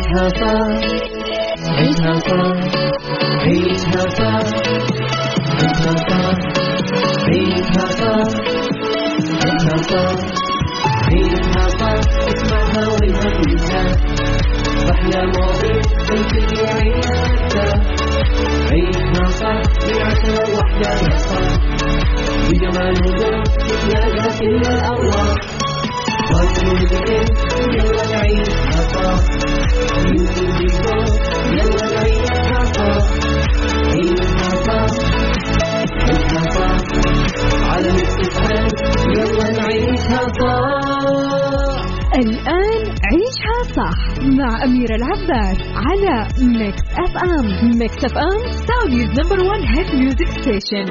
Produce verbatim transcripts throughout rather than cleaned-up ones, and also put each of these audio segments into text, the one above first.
عيشها صح عيشها صح عيشها صح عيشها صح عيشها صح عيشها صح عيشها صح اسمعها والهم ينزاح أحلى مواضيع الكل يعيشها مرتاح عيشها صح من عشرة لوحدة يا صاح بجمال وذوق تتلاقى كل الأرواح فاصل وذكر يلا نعيشها صح يمكن بالفوق يلا نعيشها صح عيشها صح عيشها صح على مستقبل يلا نعيشها صح. الآن عيشها صح مع أميرة العباس على ميكس أف أم. ميكس أف أم سعوديز نمبر وان هيت ميوزك ستيشن.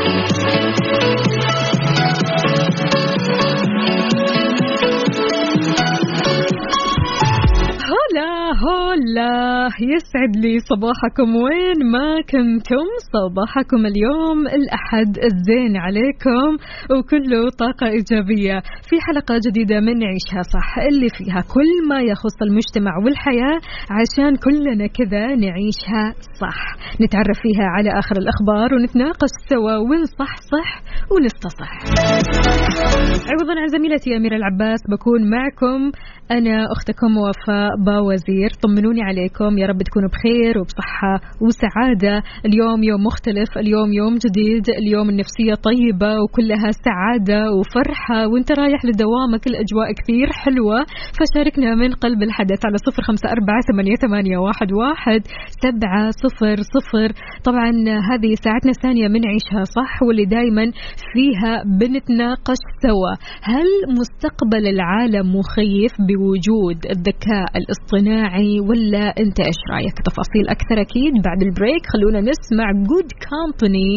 هلا هلا يسعد لي صباحكم وين ما كنتم. صباحكم اليوم الأحد الزين عليكم وكله طاقة إيجابية في حلقة جديدة من عيشها صح اللي فيها كل ما يخص المجتمع والحياة عشان كلنا كذا نعيشها صح، نتعرف فيها على آخر الأخبار ونتناقش سوا ونصح صح ونستصح. عوضا عن زميلتي أميرة العباس بكون معكم أنا أختكم وفاء باوزير. طمنوني عليكم، يا رب تكونوا بخير وبصحة وسعادة. اليوم يوم مختلف، اليوم يوم جديد، اليوم النفسية طيبة وكلها سعادة وفرحة وانت رايح لدوامك الأجواء كثير حلوة. فشاركنا من قلب الحدث على صفر خمسة أربعة ثمانية ثمانية واحد واحد سبعة صفر صفر. طبعا هذه ساعتنا الثانية من عيشها صح واللي دايما فيها بنتناقش سوا. هل مستقبل العالم مخيف بوجود الذكاء الاصطناعي ولا انت ايش رايك؟ تفاصيل اكثر اكيد بعد البريك. خلونا نسمع Good Company.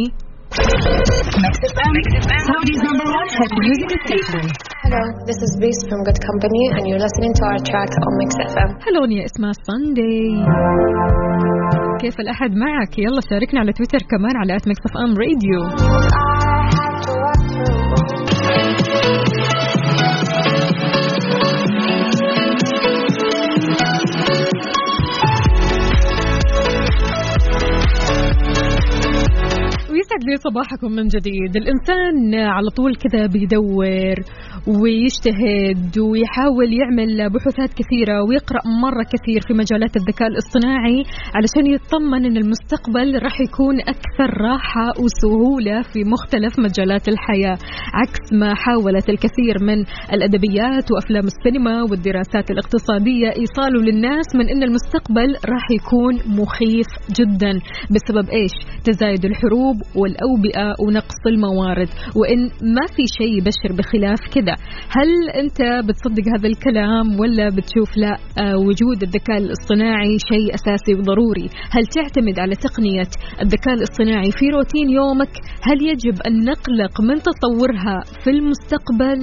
Hello, this is Beast from Good Company and you're listening to our track on Mix إف إم. هلو يا اسمها Sunday. كيف الأحد معك؟ يلا شاركنا على تويتر كمان على at Mix إف إم Radio. ويسعد لي صباحكم من جديد. الإنسان على طول كذا بيدور ويجتهد ويحاول يعمل بحوثات كثيرة ويقرأ مرة كثير في مجالات الذكاء الاصطناعي علشان يطمن أن المستقبل راح يكون أكثر راحة وسهولة في مختلف مجالات الحياة، عكس ما حاولت الكثير من الأدبيات وأفلام السينما والدراسات الاقتصادية إيصاله للناس من أن المستقبل راح يكون مخيف جدا بسبب إيش؟ تزايد الحروب والأوبئة ونقص الموارد، وإن ما في شيء يبشر بخلاف كذا. هل أنت بتصدق هذا الكلام ولا بتشوف لا وجود الذكاء الاصطناعي شيء أساسي وضروري؟ هل تعتمد على تقنية الذكاء الاصطناعي في روتين يومك؟ هل يجب أن نقلق من تطورها في المستقبل؟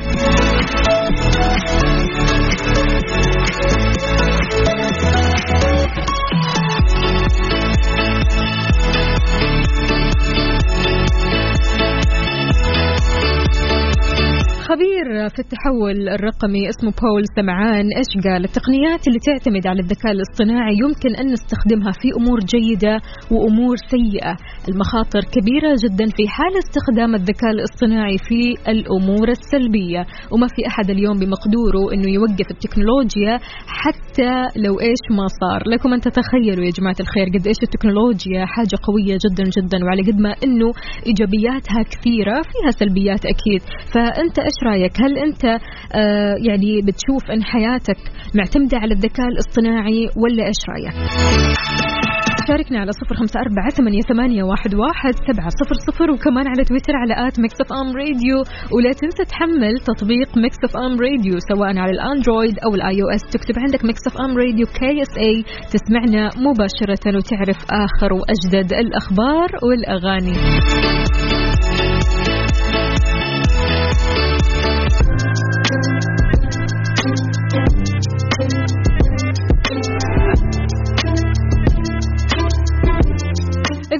خبير في التحول الرقمي اسمه بول سمعان إيش قال؟ التقنيات اللي تعتمد على الذكاء الاصطناعي يمكن أن نستخدمها في أمور جيدة وأمور سيئة. المخاطر كبيرة جدا في حال استخدام الذكاء الاصطناعي في الأمور السلبية، وما في أحد اليوم بمقدوره أنه يوقف التكنولوجيا حتى لو إيش ما صار. لكم أن تتخيلوا يا جماعة الخير قد إيش التكنولوجيا حاجة قوية جدا جدا، وعلى قد ما أنه إيجابياتها كثيرة فيها سلبيات أكيد. فأنت إيش رأيك؟ هل أنت آه يعني بتشوف أن حياتك معتمدة على الذكاء الاصطناعي ولا إيش رأيك؟ شاركنا على صفر خمسة أربعة ثمانية ثمانية واحد واحد سبعة صفر صفر وكمان على تويتر على آت ميكس إف إم راديو. ولا تنسى تحمل تطبيق ميكس إف إم راديو سواء على الأندرويد أو الآي أو إس. تكتب عندك ميكس إف إم راديو كي إس إيه تسمعنا مباشرة وتعرف آخر وأجدد الأخبار والأغاني.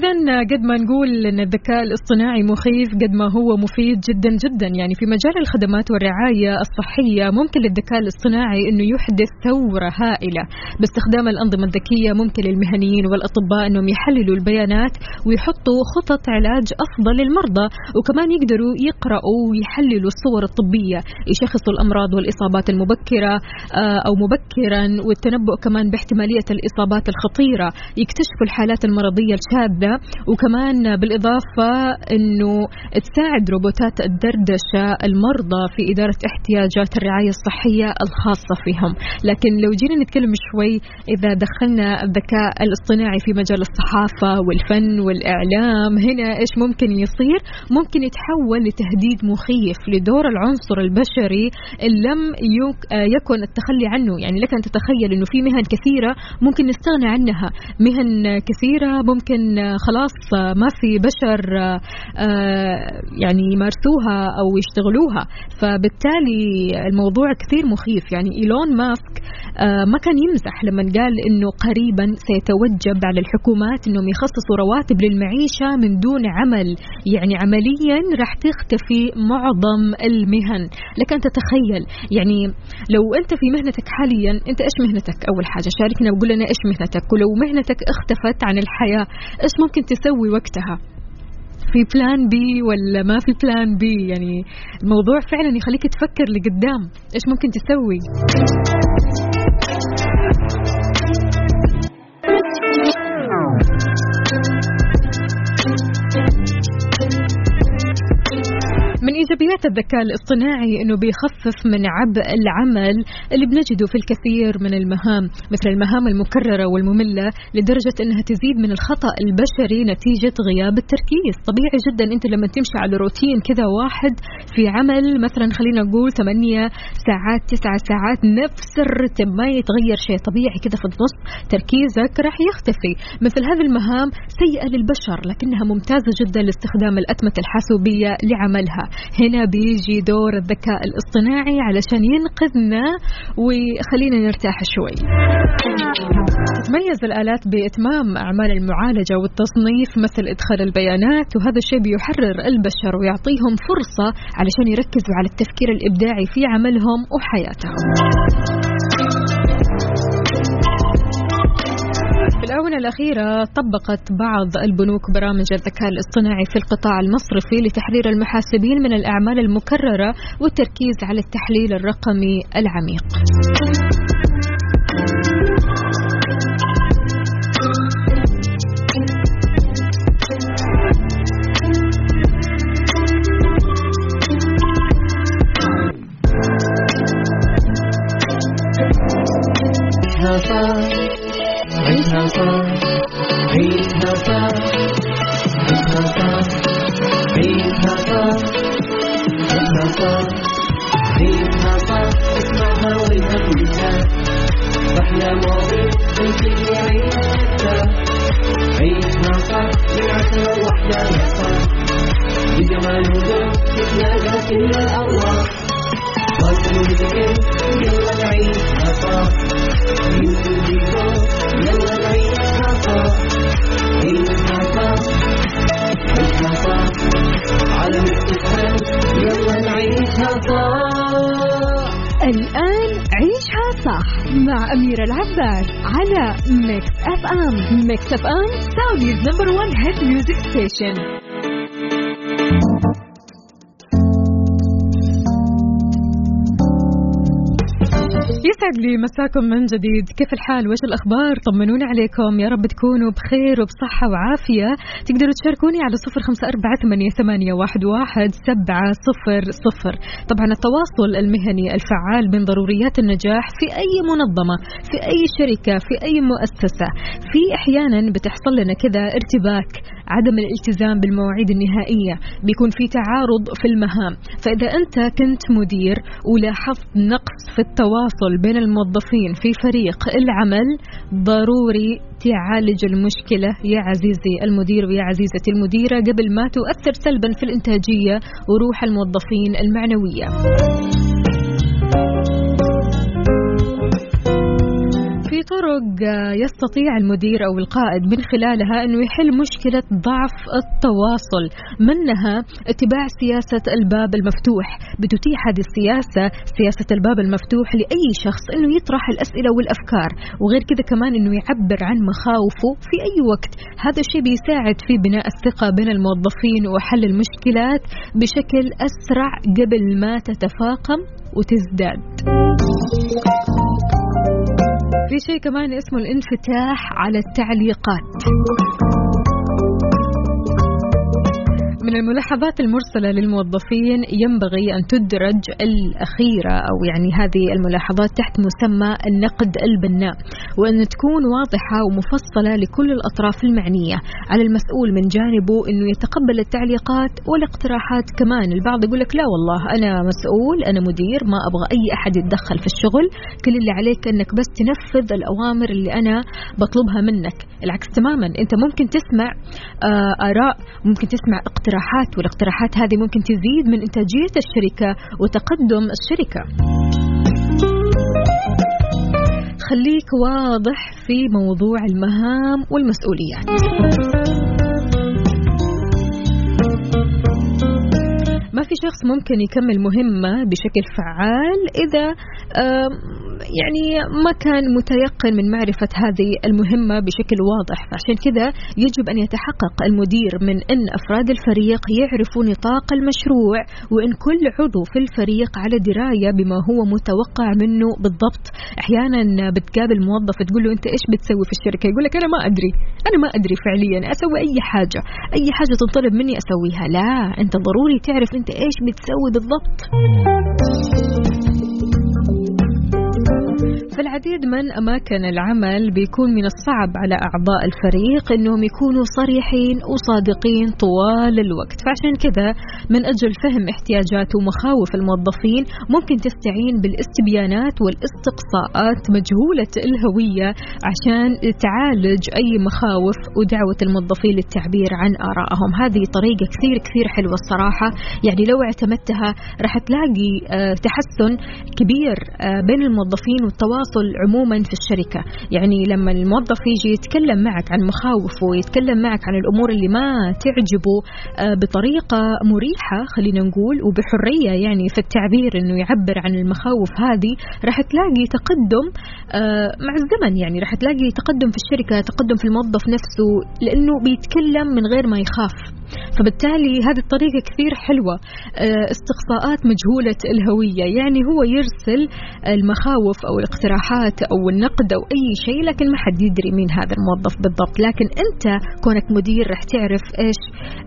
إذا قد ما نقول أن الذكاء الاصطناعي مخيف قد ما هو مفيد جدا جدا. يعني في مجال الخدمات والرعاية الصحية ممكن للذكاء الاصطناعي أنه يحدث ثورة هائلة باستخدام الأنظمة الذكية. ممكن للمهنيين والأطباء أنهم يحللوا البيانات ويحطوا خطط علاج أفضل للمرضى، وكمان يقدروا يقرأوا ويحللوا الصور الطبية، يشخصوا الأمراض والإصابات المبكرة أو مبكرا، والتنبؤ كمان باحتمالية الإصابات الخطيرة، يكتشفوا الحالات المرضية الشاذة. وكمان بالإضافة أنه تساعد روبوتات الدردشة المرضى في إدارة احتياجات الرعاية الصحية الخاصة فيهم. لكن لو جينا نتكلم شوي إذا دخلنا الذكاء الاصطناعي في مجال الصحافة والفن والإعلام، هنا إيش ممكن يصير؟ ممكن يتحول لتهديد مخيف لدور العنصر البشري اللي لم يكن التخلي عنه. يعني لك أن تتخيل أنه في مهن كثيرة ممكن نستغنى عنها، مهن كثيرة ممكن خلاص ما في بشر يعني يمارسوها أو يشتغلوها. فبالتالي الموضوع كثير مخيف. يعني إيلون ماسك ما كان يمزح لما قال إنه قريبا سيتوجب على الحكومات إنهم يخصصوا رواتب للمعيشة من دون عمل. يعني عمليا راح تختفي معظم المهن. لك أن تتخيل يعني لو أنت في مهنتك حاليا، أنت إيش مهنتك؟ أول حاجة شاركنا وقول لنا إيش مهنتك، ولو مهنتك اختفت عن الحياة إيش ممكن تسوي وقتها؟ في بلان بي ولا ما في بلان بي؟ يعني الموضوع فعلا يخليك تفكر لقدام إيش ممكن تسوي. من إيجابيات الذكاء الاصطناعي أنه بيخفف من عبء العمل اللي بنجده في الكثير من المهام، مثل المهام المكررة والمملة، لدرجة أنها تزيد من الخطأ البشري نتيجة غياب التركيز. طبيعي جدا أنت لما تمشي على روتين كذا واحد في عمل مثلا خلينا نقول ثمانية ساعات تسعة ساعات نفس الرتم ما يتغير شيء، طبيعي كذا في النص تركيزك راح يختفي. مثل هذه المهام سيئة للبشر لكنها ممتازة جدا لاستخدام الأتمتة الحاسوبية لعملها. هنا بيجي دور الذكاء الاصطناعي علشان ينقذنا ويخلينا نرتاح شوي. تتميز الآلات بإتمام أعمال المعالجة والتصنيف مثل إدخال البيانات، وهذا الشيء بيحرر البشر ويعطيهم فرصة علشان يركزوا على التفكير الإبداعي في عملهم وحياتهم. في الآونة الأخيرة طبقت بعض البنوك برامج الذكاء الاصطناعي في القطاع المصرفي لتحرير المحاسبين من الأعمال المكررة والتركيز على التحليل الرقمي العميق. عيشها صح عيشها صح عيشها صح عيشها صح عيشها صح عيشها صح اسمعها والهمها أحلى مواضيع الكل يعيشها. عيشها صح من عشرة لوحدة يا صح بجمال وذوق تتلاقى كل الأرواح. وصلوا للكل يلا نعيشها صح يلا نعيشها صح عيشها صح عيشها صح على مستقبل يلا نعيشها صح. الآن عيشها صح مع أميرة العباس على ميكس أف أم. ميكس أف أم سعوديز نمبر وان هيت ميوزك ستيشن. يسعد لي مساكم من جديد. كيف الحال وش الأخبار؟ طمنوني عليكم، يا رب تكونوا بخير وبصحة وعافية. تقدروا تشاركوني على صفر خمسة أربعة ثمانية ثمانية واحد واحد سبعة صفر صفر. طبعا التواصل المهني الفعال من ضروريات النجاح في أي منظمة، في أي شركة، في أي مؤسسة. في أحيانا بتحصل لنا كذا ارتباك، عدم الالتزام بالمواعيد النهائية، بيكون في تعارض في المهام. فإذا أنت كنت مدير ولاحظت نقص في التواصل بين الموظفين في فريق العمل، ضروري تعالج المشكلة يا عزيزي المدير ويا عزيزتي المديرة قبل ما تؤثر سلبا في الإنتاجية وروح الموظفين المعنوية. في طرق يستطيع المدير أو القائد من خلالها أنه يحل مشكلة ضعف التواصل، منها اتباع سياسة الباب المفتوح. بتتيح هذه السياسة سياسة الباب المفتوح لأي شخص أنه يطرح الأسئلة والأفكار، وغير كذا كمان أنه يعبر عن مخاوفه في أي وقت. هذا الشيء بيساعد في بناء الثقة بين الموظفين وحل المشكلات بشكل أسرع قبل ما تتفاقم وتزداد. في شيء كمان اسمه الانفتاح على التعليقات. من الملاحظات المرسلة للموظفين ينبغي أن تدرج الأخيرة أو يعني هذه الملاحظات تحت مسمى النقد البناء، وأن تكون واضحة ومفصلة لكل الأطراف المعنية. على المسؤول من جانبه أنه يتقبل التعليقات والاقتراحات كمان. البعض يقول لك لا والله أنا مسؤول، أنا مدير، ما أبغى أي أحد يتدخل في الشغل، كل اللي عليك أنك بس تنفذ الأوامر اللي أنا بطلبها منك. العكس تماما، أنت ممكن تسمع آراء، ممكن تسمع اقتراحات، والاقتراحات هذه ممكن تزيد من إنتاجية الشركة وتقدم الشركة. خليك واضح في موضوع المهام والمسؤوليات. ما في شخص ممكن يكمل مهمة بشكل فعال إذا يعني ما كان متيقن من معرفة هذه المهمة بشكل واضح. فعشان كذا يجب أن يتحقق المدير من أن أفراد الفريق يعرفوا نطاق المشروع، وأن كل عضو في الفريق على دراية بما هو متوقع منه بالضبط. أحيانا بتقابل موظف تقول له أنت إيش بتسوي في الشركة؟ يقول لك أنا ما أدري، أنا ما أدري فعليا، أسوي أي حاجة، أي حاجة تنطلب مني أسويها. لا، أنت ضروري تعرف أنت إيش بتسوي بالضبط. في العديد من أماكن العمل بيكون من الصعب على أعضاء الفريق أنهم يكونوا صريحين وصادقين طوال الوقت. فعشان كذا من أجل فهم احتياجات ومخاوف الموظفين ممكن تستعين بالاستبيانات والاستقصاءات مجهولة الهوية عشان تعالج أي مخاوف ودعوة الموظفين للتعبير عن آرائهم. هذه طريقة كثير كثير حلوة الصراحة، يعني لو اعتمدتها راح تلاقي تحسن كبير بين الموظفين والتواصل عموما في الشركة. يعني لما الموظف يجي يتكلم معك عن مخاوفه ويتكلم معك عن الأمور اللي ما تعجبه بطريقة مريحة خلينا نقول وبحرية يعني في التعبير إنه يعبر عن المخاوف هذه، راح تلاقي تقدم مع الزمن. يعني راح تلاقي تقدم في الشركة، تقدم في الموظف نفسه، لأنه بيتكلم من غير ما يخاف. فبالتالي هذه الطريقة كثير حلوة. استقصاءات مجهولة الهوية، يعني هو يرسل المخاوف أو الاقتراحات أو النقد أو أي شيء، لكن ما حد يدري مين هذا الموظف بالضبط. لكن أنت كونك مدير رح تعرف إيش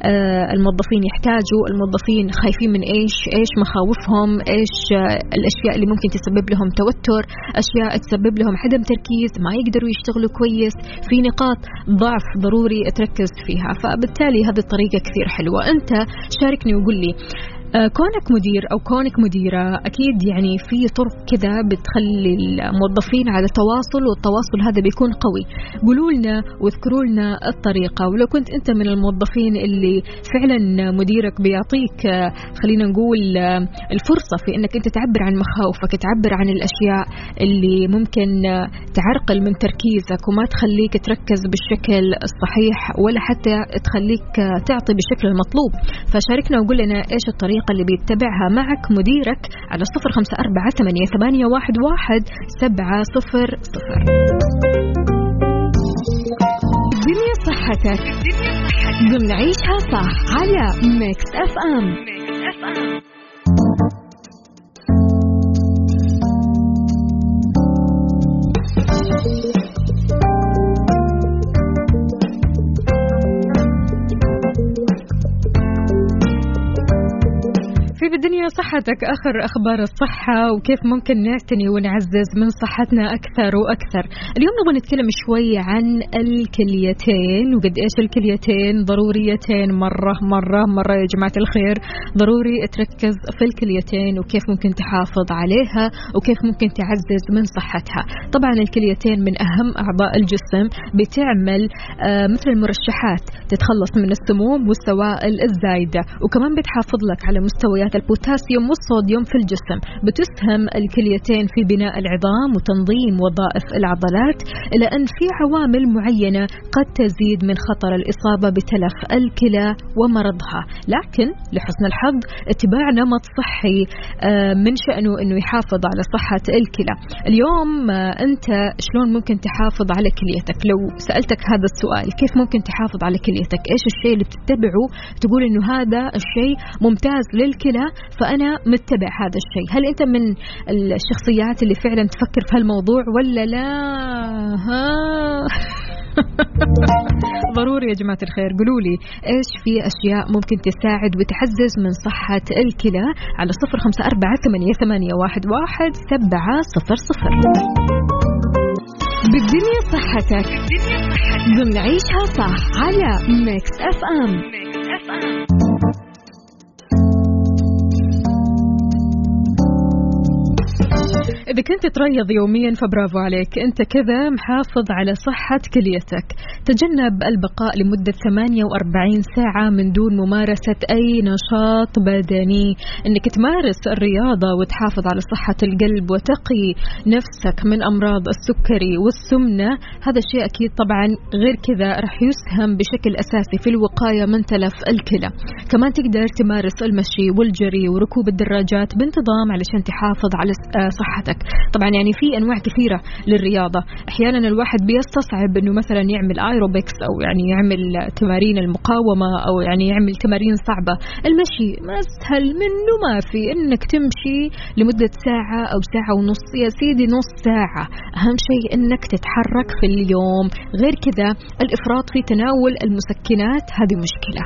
الموظفين يحتاجوا، الموظفين خايفين من إيش، إيش مخاوفهم، إيش الأشياء اللي ممكن تسبب لهم توتر، أشياء تسبب لهم عدم تركيز، ما يقدروا يشتغلوا كويس، في نقاط ضعف ضروري تركز فيها. فبالتالي هذه الطريقة كثير حلوة. أنت شاركني وقول لي كونك مدير أو كونك مديرة أكيد يعني في طرق كذا بتخلي الموظفين على تواصل، والتواصل هذا بيكون قوي. قولوا لنا واذكروا لنا الطريقة. ولو كنت أنت من الموظفين اللي فعلا مديرك بيعطيك خلينا نقول الفرصة في أنك أنت تعبر عن مخاوفك، تعبر عن الأشياء اللي ممكن تعرقل من تركيزك وما تخليك تركز بالشكل الصحيح ولا حتى تخليك تعطي بالشكل المطلوب، فشاركنا وقول لنا إيش الطريقة اللي بيتبعها معك مديرك على صفر خمسة أربعة ثمانية ثمانية واحد واحد سبعة صفر صفر. الدنيا صحتك ضمن عيشها صح على ميكس اف ام. في بالدنيا صحتك آخر أخبار الصحة وكيف ممكن نعتني ونعزز من صحتنا أكثر وأكثر. اليوم نبغى نتكلم شوي عن الكليتين وقد إيش الكليتين ضروريتين مرة مرة مرة يا جماعة الخير. ضروري تركز في الكليتين وكيف ممكن تحافظ عليها وكيف ممكن تعزز من صحتها. طبعا الكليتين من أهم أعضاء الجسم، بتعمل آه مثل المرشحات تتخلص من السموم والسوائل الزايدة، وكمان بتحافظ لك على مستويات البوتاسيوم والصوديوم في الجسم. بتسهم الكليتين في بناء العظام وتنظيم وظائف العضلات، إلى أن في عوامل معينة قد تزيد من خطر الإصابة بتلف الكلى ومرضها. لكن لحسن الحظ اتباع نمط صحي من شأنه أنه يحافظ على صحة الكلى. اليوم أنت شلون ممكن تحافظ على كليتك؟ لو سألتك هذا السؤال، كيف ممكن تحافظ على كليتك؟ إيش الشيء اللي بتتبعه تقول إنه هذا الشيء ممتاز للكلى فأنا متبع هذا الشيء؟ هل أنت من الشخصيات اللي فعلا تفكر في هالموضوع ولا لا؟ ها ضروري يا جماعة الخير قولوا لي إيش في أشياء ممكن تساعد وتحزز من صحة الكلى على صفر خمسة أربعة ثمانية ثمانية واحد واحد سبعة صفر صفر. بالدنيا صحتك ضمن عيشها صح على ميكس اف ام. إذا كنت تريض يوميا فبرافو عليك، أنت كذا محافظ على صحة كليتك. تجنب البقاء لمدة ثمانية وأربعين ساعة من دون ممارسة أي نشاط بدني. أنك تمارس الرياضة وتحافظ على صحة القلب وتقي نفسك من أمراض السكري والسمنة، هذا الشيء أكيد طبعا. غير كذا رح يسهم بشكل أساسي في الوقاية من تلف الكلى. كمان تقدر تمارس المشي والجري وركوب الدراجات بانتظام علشان تحافظ على صحتك. طبعا يعني في أنواع كثيرة للرياضة. أحيانا الواحد بيستصعب أنه مثلا يعمل آيروبكس أو يعني يعمل تمارين المقاومة أو يعني يعمل تمارين صعبة. المشي ما أسهل منه ما في، إنك تمشي لمدة ساعة أو ساعة ونص يا سيدي، نص ساعة. أهم شيء إنك تتحرك في اليوم. غير كذا الإفراط في تناول المسكنات هذه مشكلة.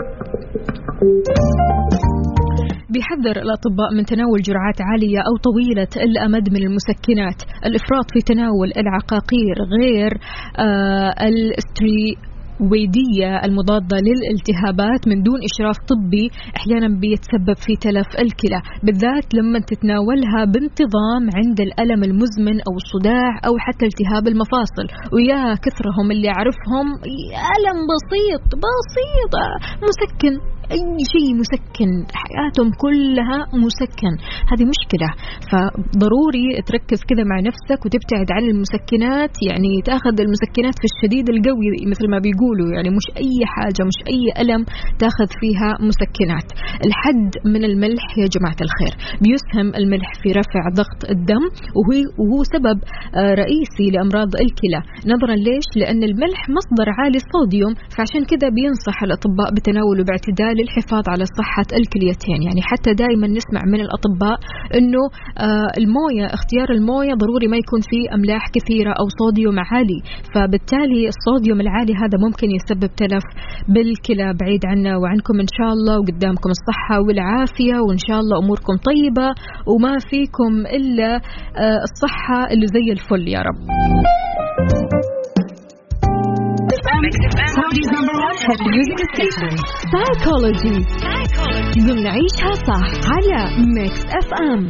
بيحذر الأطباء من تناول جرعات عالية أو طويلة الأمد من المسكنات. الإفراط في تناول العقاقير غير آه الاسترويدية المضادة للالتهابات من دون إشراف طبي أحيانا بيتسبب في تلف الكلى، بالذات لما تتناولها بانتظام عند الألم المزمن أو الصداع أو حتى التهاب المفاصل. ويا كثرهم اللي أعرفهم ألم بسيط بسيط مسكن، أي شيء مسكن، حياتهم كلها مسكن. هذه مشكلة. فضروري تركز كذا مع نفسك وتبتعد عن المسكنات، يعني تأخذ المسكنات في الشديد القوي مثل ما بيقولوا، يعني مش أي حاجة مش أي ألم تأخذ فيها مسكنات. الحد من الملح يا جماعة الخير، بيسهم الملح في رفع ضغط الدم وهو, وهو سبب رئيسي لأمراض الكلى. نظرا ليش؟ لأن الملح مصدر عالي الصوديوم، فعشان كذا بينصح الأطباء بتناوله باعتدال للحفاظ على صحة الكليتين. يعني حتى دائما نسمع من الأطباء أنه آه الموية، اختيار الموية ضروري ما يكون فيه أملاح كثيرة أو صوديوم عالي، فبالتالي الصوديوم العالي هذا ممكن يسبب تلف بالكلى. بعيد عنا وعنكم إن شاء الله، وقدامكم الصحة والعافية، وإن شاء الله أموركم طيبة وما فيكم إلا آه الصحة اللي زي الفل يا رب. سايكولوجي ضمن عيشها صح على ميكس اف ام.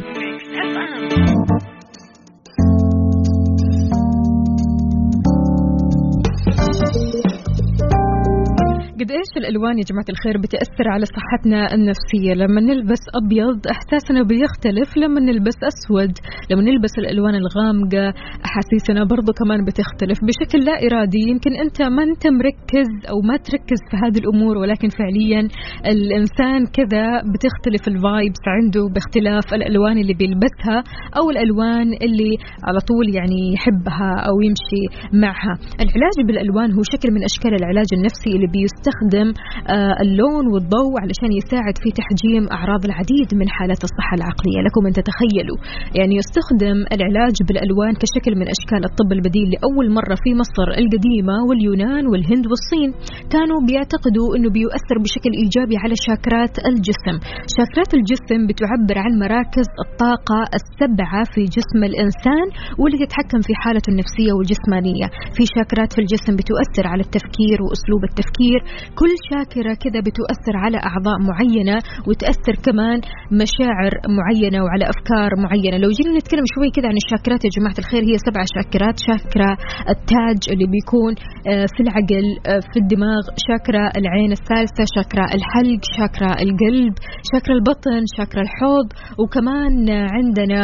قد إيش الألوان يا جماعة الخير بتأثر على صحتنا النفسية. لما نلبس أبيض إحساسنا بيختلف، لما نلبس أسود، لما نلبس الألوان الغامقة أحاسيسنا برضو كمان بتختلف بشكل لا إرادي. يمكن أنت ما أنت مركز أو ما تركز في هذه الأمور، ولكن فعليا الإنسان كذا بتختلف الفايبس عنده باختلاف الألوان اللي بيلبسها أو الألوان اللي على طول يعني يحبها أو يمشي معها. العلاج بالألوان هو شكل من أشكال العلاج النفسي اللي بيست يستخدم اللون والضوء علشان يساعد في تحجيم أعراض العديد من حالات الصحة العقلية. لكم أن تتخيلوا يعني يستخدم العلاج بالألوان كشكل من أشكال الطب البديل لأول مرة في مصر القديمة واليونان والهند والصين. كانوا بيعتقدوا أنه بيؤثر بشكل إيجابي على شاكرات الجسم. شاكرات الجسم بتعبر عن مراكز الطاقة السبعة في جسم الإنسان واللي تتحكم في حالته النفسية والجسمانية. في شاكرات في الجسم بتؤثر على التفكير وأسلوب التفكير، كل شاكرة كذا بتؤثر على أعضاء معينة وتأثر كمان مشاعر معينة وعلى أفكار معينة. لو جينا نتكلم شوي كذا عن الشاكرات يا جماعة الخير، هي سبع شاكرات. شاكرا التاج اللي بيكون في العقل في الدماغ، شاكرا العين الثالثة، شاكرا الحلق، شاكرا القلب، شاكرا البطن، شاكرا الحوض، وكمان عندنا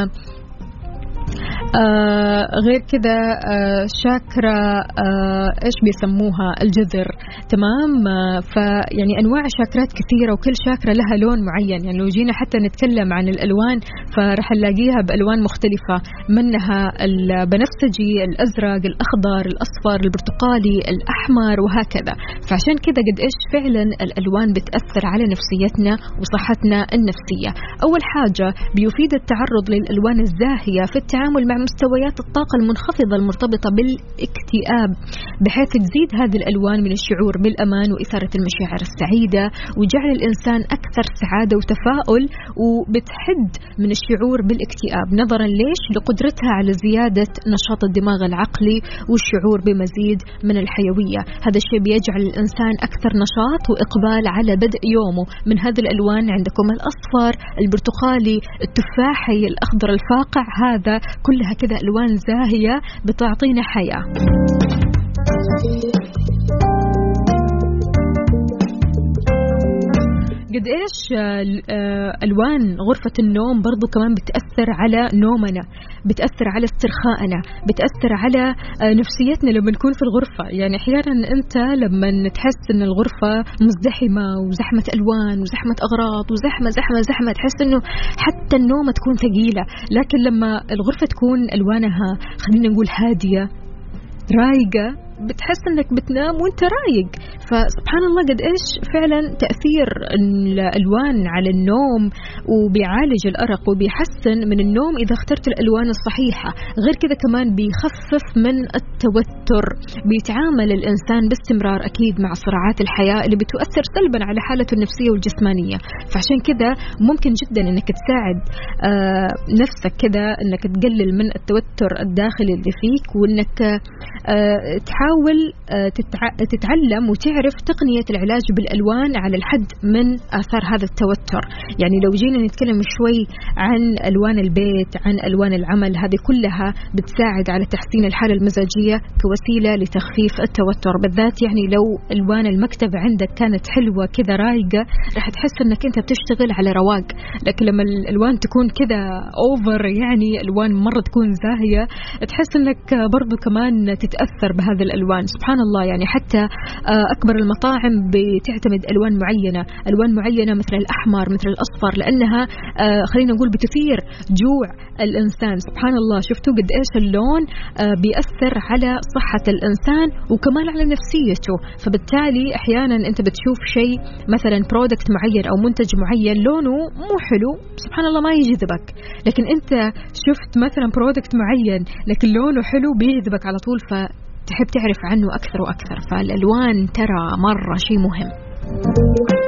آه غير كذا آه شاكرا آه إيش بيسموها الجذر. تمام. آه فيعني أنواع شاكرات كثيرة وكل شاكرا لها لون معين. يعني لو جينا حتى نتكلم عن الألوان فرح نلاقيها بألوان مختلفة، منها البنفسجي، الأزرق، الأخضر، الأصفر، البرتقالي، الأحمر، وهكذا. فعشان كذا قد إيش فعلا الألوان بتأثر على نفسيتنا وصحتنا النفسية. أول حاجة بيفيد التعرض للألوان الزاهية في التعامل مع مستويات الطاقة المنخفضة المرتبطة بالاكتئاب، بحيث تزيد هذه الألوان من الشعور بالأمان وإثارة المشاعر السعيدة وجعل الإنسان أكثر سعادة وتفاؤل، وبتحد من الشعور بالاكتئاب نظرا ليش لقدرتها على زيادة نشاط الدماغ العقلي والشعور بمزيد من الحيوية. هذا الشيء بيجعل الإنسان أكثر نشاط وإقبال على بدء يومه. من هذه الألوان عندكم الأصفر، البرتقالي، التفاحي، الأخضر الفاقع، هذا كلها كذا ألوان زاهية بتعطينا حياة. قد إيش ألوان غرفة النوم برضو كمان بتأثر على نومنا، بتأثر على استرخائنا، بتأثر على نفسيتنا لما نكون في الغرفة. يعني أحيانا أنت لما تحس أن الغرفة مزدحمة وزحمة ألوان وزحمة أغراض وزحمة زحمة زحمة تحس أنه حتى النوم تكون ثقيلة. لكن لما الغرفة تكون ألوانها خلينا نقول هادية رايقة بتحس انك بتنام وانت رايق. فسبحان الله قد ايش فعلا تأثير الألوان على النوم، وبيعالج الأرق وبيحسن من النوم إذا اخترت الألوان الصحيحة. غير كذا كمان بيخفف من التوتر، بيتعامل الإنسان باستمرار أكيد مع صراعات الحياة اللي بتؤثر سلبا على حالته النفسية والجسمانية. فعشان كذا ممكن جدا انك تساعد آه نفسك كذا انك تقلل من التوتر الداخلي اللي فيك، وانك آه تحاول تتعلم وتعرف تقنية العلاج بالألوان على الحد من آثار هذا التوتر. يعني لو جينا نتكلم شوي عن ألوان البيت، عن ألوان العمل، هذه كلها بتساعد على تحسين الحالة المزاجية كوسيلة لتخفيف التوتر. بالذات يعني لو ألوان المكتب عندك كانت حلوة كذا رايقة راح تحس أنك أنت بتشتغل على رواق. لكن لما الألوان تكون كذا أوفر، يعني ألوان مرة تكون زاهية، تحس أنك برضو كمان تتأثر بهذا الألوان. سبحان الله. يعني حتى أكبر المطاعم بتعتمد ألوان معينة، ألوان معينة مثل الأحمر مثل الأصفر، لأنها خلينا نقول بتثير جوع الإنسان. سبحان الله. شفتوا قد إيش اللون بيأثر على صحة الإنسان وكمان على نفسيته. فبالتالي أحيانا أنت بتشوف شيء مثلا برودكت معين أو منتج معين لونه مو حلو، سبحان الله ما يجذبك، لكن أنت شفت مثلا برودكت معين لكن لونه حلو بيجذبك على طول، ف تحب تعرف عنه أكثر وأكثر. فالألوان ترى مرة شيء مهم.